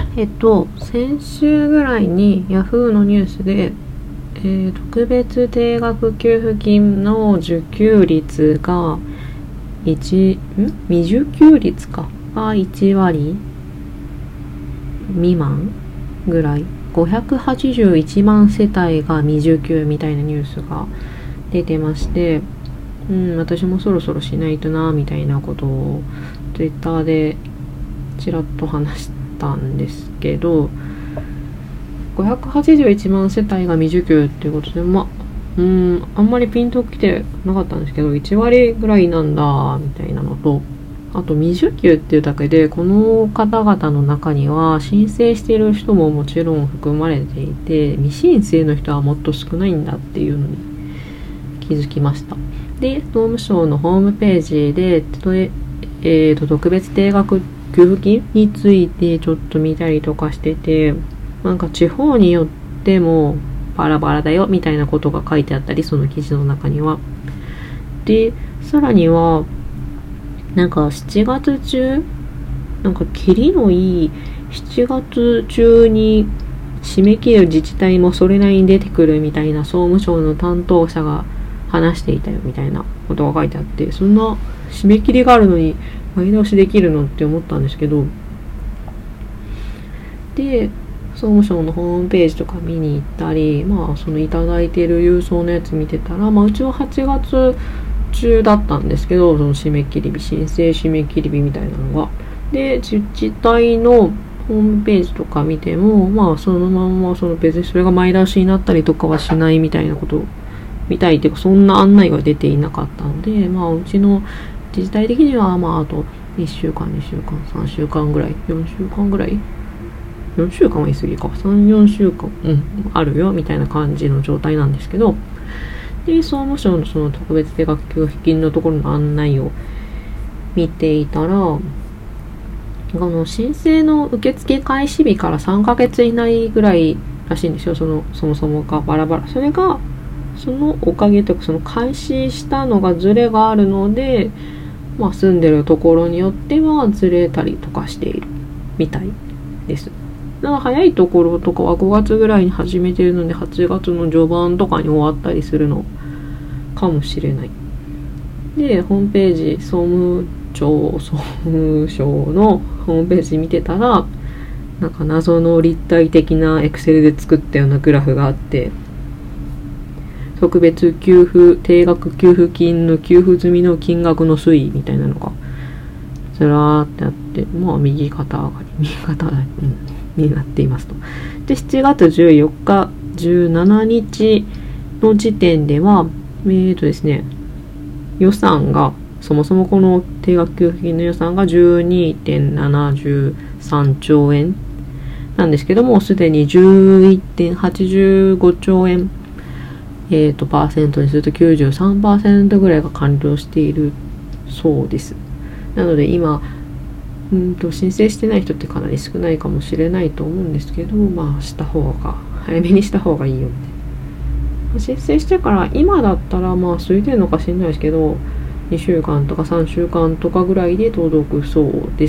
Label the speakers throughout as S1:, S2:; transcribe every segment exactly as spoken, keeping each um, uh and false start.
S1: えっと先週ぐらいにヤフーのニュースで、えー、特別定額給付金の受給率がいちん未受給率かがいちわり未満ぐらい、ごひゃくはちじゅういちまん世帯が未受給みたいなニュースが出てまして、うん、私もそろそろしないとなみたいなことをツイッターでちらっと話したんですけど、ごひゃくはちじゅういちまん世帯が未受給っていうことで、まあうんあんまりピンときてなかったんですけど、いちわりぐらいなんだみたいなのと、あと未受給っていうだけでこの方々の中には申請している人ももちろん含まれていて、未申請の人はもっと少ないんだっていうのに気づきました。で、総務省のホームページで、えー、と特別定額給付金についてちょっと見たりとかしてて、なんか地方によってもバラバラだよみたいなことが書いてあったり、その記事の中には。で、さらにはなんかしちがつ中、なんかキリのいいしちがつ中に締め切る自治体もそれなりに出てくるみたいな総務省の担当者が話していたよみたいなことが書いてあって、そんな締め切りがあるのに前倒しできるのって思ったんですけど、で総務省のホームページとか見に行ったり、まあそのいただいている郵送のやつ見てたら、まあうちははちがつ中だったんですけど、その締め切り日、申請締め切り日みたいなのが。で、自治体のホームページとか見ても、まあそのまんまその別にそれが前倒しになったりとかはしないみたいなことみたいっていうか、そんな案内は出ていなかったので、まあうちの自治体的にはまああといっしゅうかん、にしゅうかん、さんしゅうかんぐらい、よんしゅうかんぐらい、よんしゅうかんは言い過ぎか、さん、よんしゅうかん、うん、あるよみたいな感じの状態なんですけど、で、総務省のその特別定額給付金のところの案内を見ていたら、この申請の受付開始日からさんかげつ以内ぐらいらしいんですよ。そのそもそもがバラバラ。それがそのおかげというか、その開始したのがズレがあるので、まあ住んでるところによってはずれたりとかしているみたいです。だから早いところとかはごがつぐらいに始めてるので、はちがつの序盤とかに終わったりするのかもしれない。で、ホームページ、総務庁、総務省のホームページ見てたら、なんか謎の立体的なエクセルで作ったようなグラフがあって、特別給付、定額給付金の給付済みの金額の推移みたいなのがずらーってあって、まあ右肩上がり、右肩上がり、うん、になっていますと。で、しちがつじゅうよっか、じゅうしちにちの時点では、えーとですね、予算が、そもそもこの定額給付金の予算が じゅうにてんななさんちょうえんなんですけども、すでに じゅういってんはちじゅうごちょうえん、えーと、パーセントにすると きゅうじゅうさんパーセント ぐらいが完了しているそうです。なので今、うんと申請してない人ってかなり少ないかもしれないと思うんですけど、まあした方が、早めにした方がいいよみたいな。申請してから今だったらまあ空いてるのか知らないですけど、にしゅうかんとかさんしゅうかんとかぐらいで届くそうです。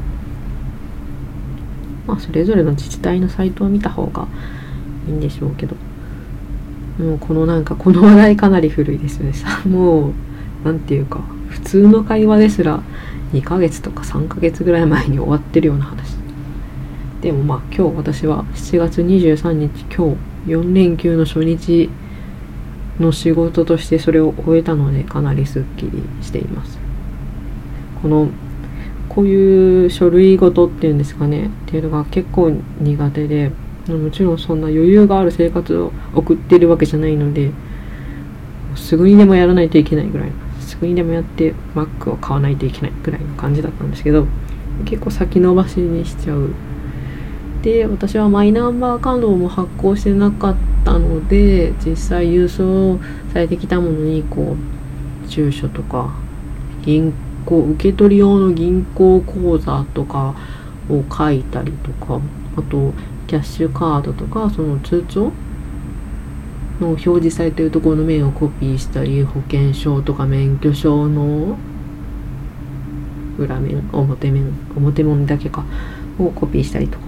S1: まあそれぞれの自治体のサイトを見た方がいいんでしょうけど、もうこのなんかこの話題かなり古いですよね。さもうなんていうか普通の会話ですらにかげつとかさんかげつぐらい前に終わってるような話でも、まあ今日私はしちがつにじゅうさんにち、今日よんれんきゅうの初日の仕事としてそれを終えたので、かなりスッキリしています。このこういう書類ごとっていうんですかね、っていうのが結構苦手で、もちろんそんな余裕がある生活を送ってるわけじゃないので、すぐにでもやらないといけないぐらい、すぐにでもやって Mac を買わないといけないぐらいの感じだったんですけど、結構先延ばしにしちゃう。で、私はマイナンバーカードも発行してなかったので、実際郵送されてきたものにこう住所とか銀行受け取り用の銀行口座とかを書いたりとか、あとキャッシュカードとかその通帳の表示されているところの面をコピーしたり、保険証とか免許証の裏面、表面、表面だけかをコピーしたりとか、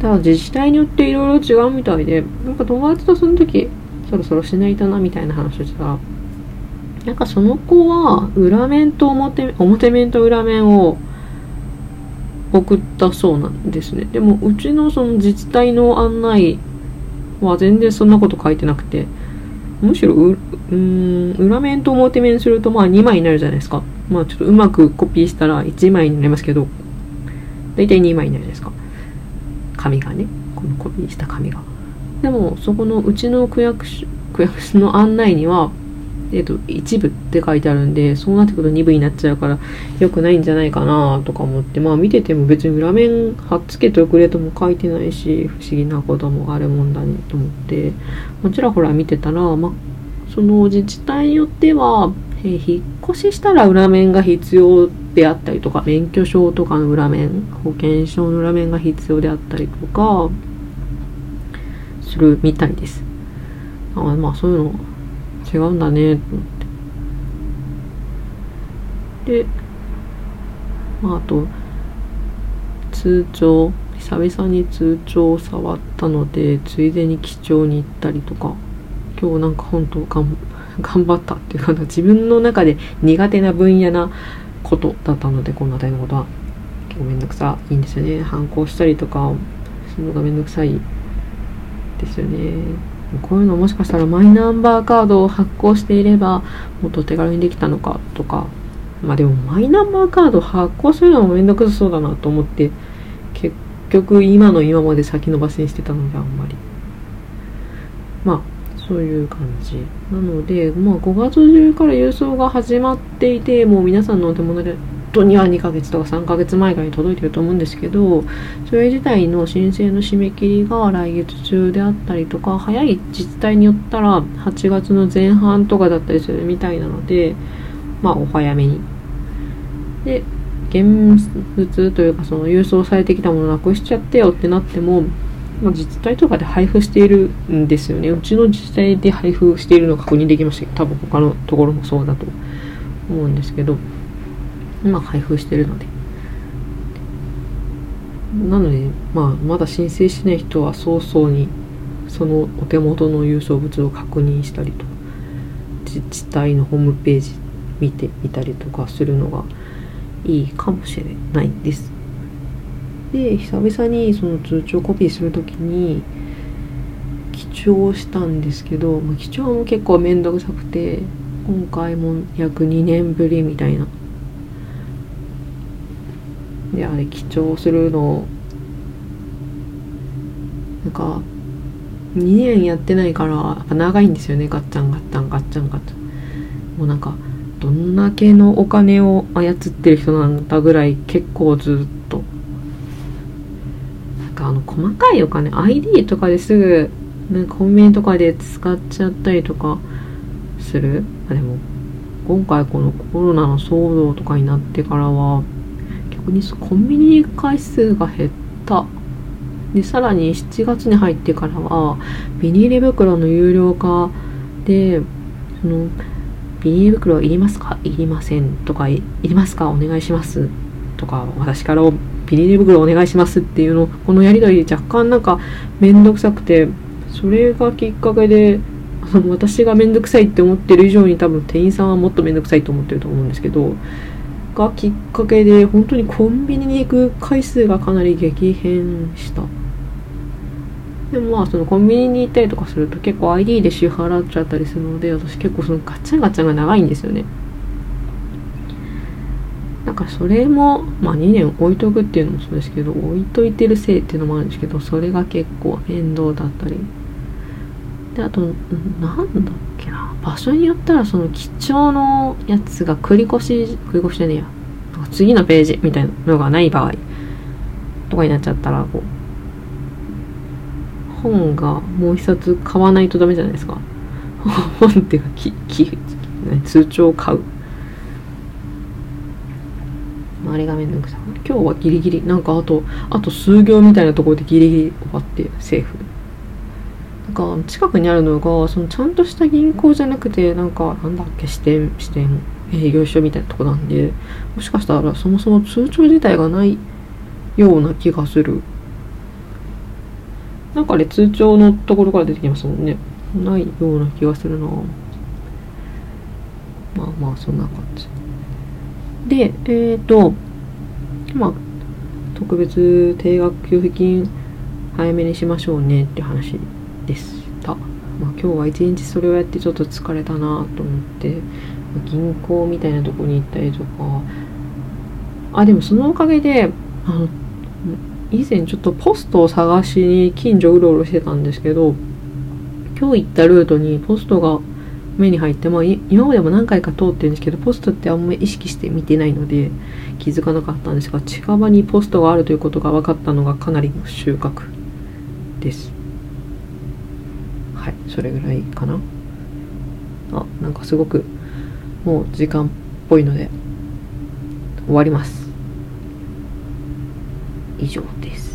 S1: ただ自治体によっていろいろ違うみたいで、なんか友達とその時そろそろしないとなみたいな話をしたら、なんかその子は裏面と表表面と裏面を送ったそうなんですね。でもうちのその自治体の案内は全然そんなこと書いてなくて、むしろううーん裏面と表面するとまあにまいになるじゃないですか。まあちょっとうまくコピーしたらいちまいになりますけど、だいたいにまいになるじゃないですか、紙がね、このコピーした紙が。でもそこのうちの区役所区役所の案内にはえっと一部って書いてあるんで、そうなってくるとにぶになっちゃうから良くないんじゃないかなとか思って、まあ見てても別に裏面貼っつけておくれとも書いてないし、不思議なこともあるもんだねと思って、まあ、ちらほら見てたら、まあ、その自治体によっては、えー、引っ越ししたら裏面が必要であったりとか、免許証とかの裏面、保険証の裏面が必要であったりとかするみたいです。あ、まあそういうの違うんだねと思って。で、まああと通帳、久々に通帳を触ったのでついでに記帳に行ったりとか、今日なんか本当がん頑張ったっていうか、自分の中で苦手な分野なことだったので、この辺りのことは結構めんどくさいんですよね。反抗したりとかするのがめんどくさいですよね。こういうのもしかしたらマイナンバーカードを発行していればもっと手軽にできたのかとか、まあでもマイナンバーカード発行するのもめんどくさそうだなと思って、結局今の今まで先延ばしにしてたので、あんまりまあそういう感じなので、まあ、ごがつ中から郵送が始まっていて、もう皆さんのお手元にはにかげつとかさんかげつまえからに届いてると思うんですけど、それ自体の申請の締め切りが来月中であったりとか、早い自治体によったらはちがつの前半とかだったりするみたいなので、まあお早めに。で、現物というかその郵送されてきたものなくしちゃってよってなっても、まあ、自治体とかで配布しているんですよね。うちの自治体で配布しているのを確認できましたけど、多分他のところもそうだと思うんですけど、まあ配布しているので、なので、まあ、まだ申請しない人は早々にそのお手元の郵送物を確認したりとか、自治体のホームページ見てみたりとかするのがいいかもしれないです。で、久々にその通帳コピーするときに記帳したんですけど、まあ、記帳も結構めんどくさくて、今回も約にねんぶりみたいな。で、あれ記帳するのなんかにねんやってないからやっぱ長いんですよね。ガッチャンガッチャンガッチャンガッチャン。もうなんかどんだけのお金を操ってる人なんだぐらい結構ずっと。あの細かいお金 アイディー とかですぐなんかコンビニとかで使っちゃったりとかする。あ、でも今回このコロナの騒動とかになってからは逆にコンビニ回数が減った。でさらにしちがつに入ってからはビニール袋の有料化で、そのビニール袋いりますか、いりませんとか、いりますかお願いしますとか、私からビニール袋お願いしますっていうの、このやり取り若干なんかめんどくさくて、それがきっかけで私がめんどくさいって思ってる以上に多分店員さんはもっとめんどくさいと思ってると思うんですけど、がきっかけで本当にコンビニに行く回数がかなり激変した。でもまあそのコンビニに行ったりとかすると結構 アイディー で支払っちゃったりするので、私結構そのガチャンガチャンが長いんですよね。なんかそれもまあにねん置いとくっていうのもそうですけど、置いといてるせいっていうのもあるんですけど、それが結構面倒だったりで、あとなんだっけな、場所によったらその記帳のやつが繰り越し繰り越しじゃねえや次のページみたいなのがない場合とかになっちゃったら、こう本がもう一冊買わないとダメじゃないですか。本っていうかきき通帳を買う、あれがめんどくさい。今日はギリギリなんかあとあと数行みたいなところでギリギリ終わってセーフ。なんか近くにあるのがそのちゃんとした銀行じゃなくて、なんかなんだっけ支店支店営業所みたいなとこなんで、もしかしたらそもそも通帳自体がないような気がする。 なんかね、通帳のところから出てきますもんね。ないような気がするな。まあまあ、そんな感じ。で、えっ、ー、と、まあ、特別定額給付金早めにしましょうねって話でした。まあ、今日は一日それをやってちょっと疲れたなと思って、銀行みたいなとこに行ったりとか、あ、でもそのおかげで、あの、以前ちょっとポストを探しに近所うろうろしてたんですけど、今日行ったルートにポストが目に入って、まあ、今までも何回か通ってるんですけど、ポストってあんまり意識して見てないので気づかなかったんですが、近場にポストがあるということが分かったのがかなりの収穫です。はい、それぐらいかな。あ、なんかすごくもう時間っぽいので終わります。以上です。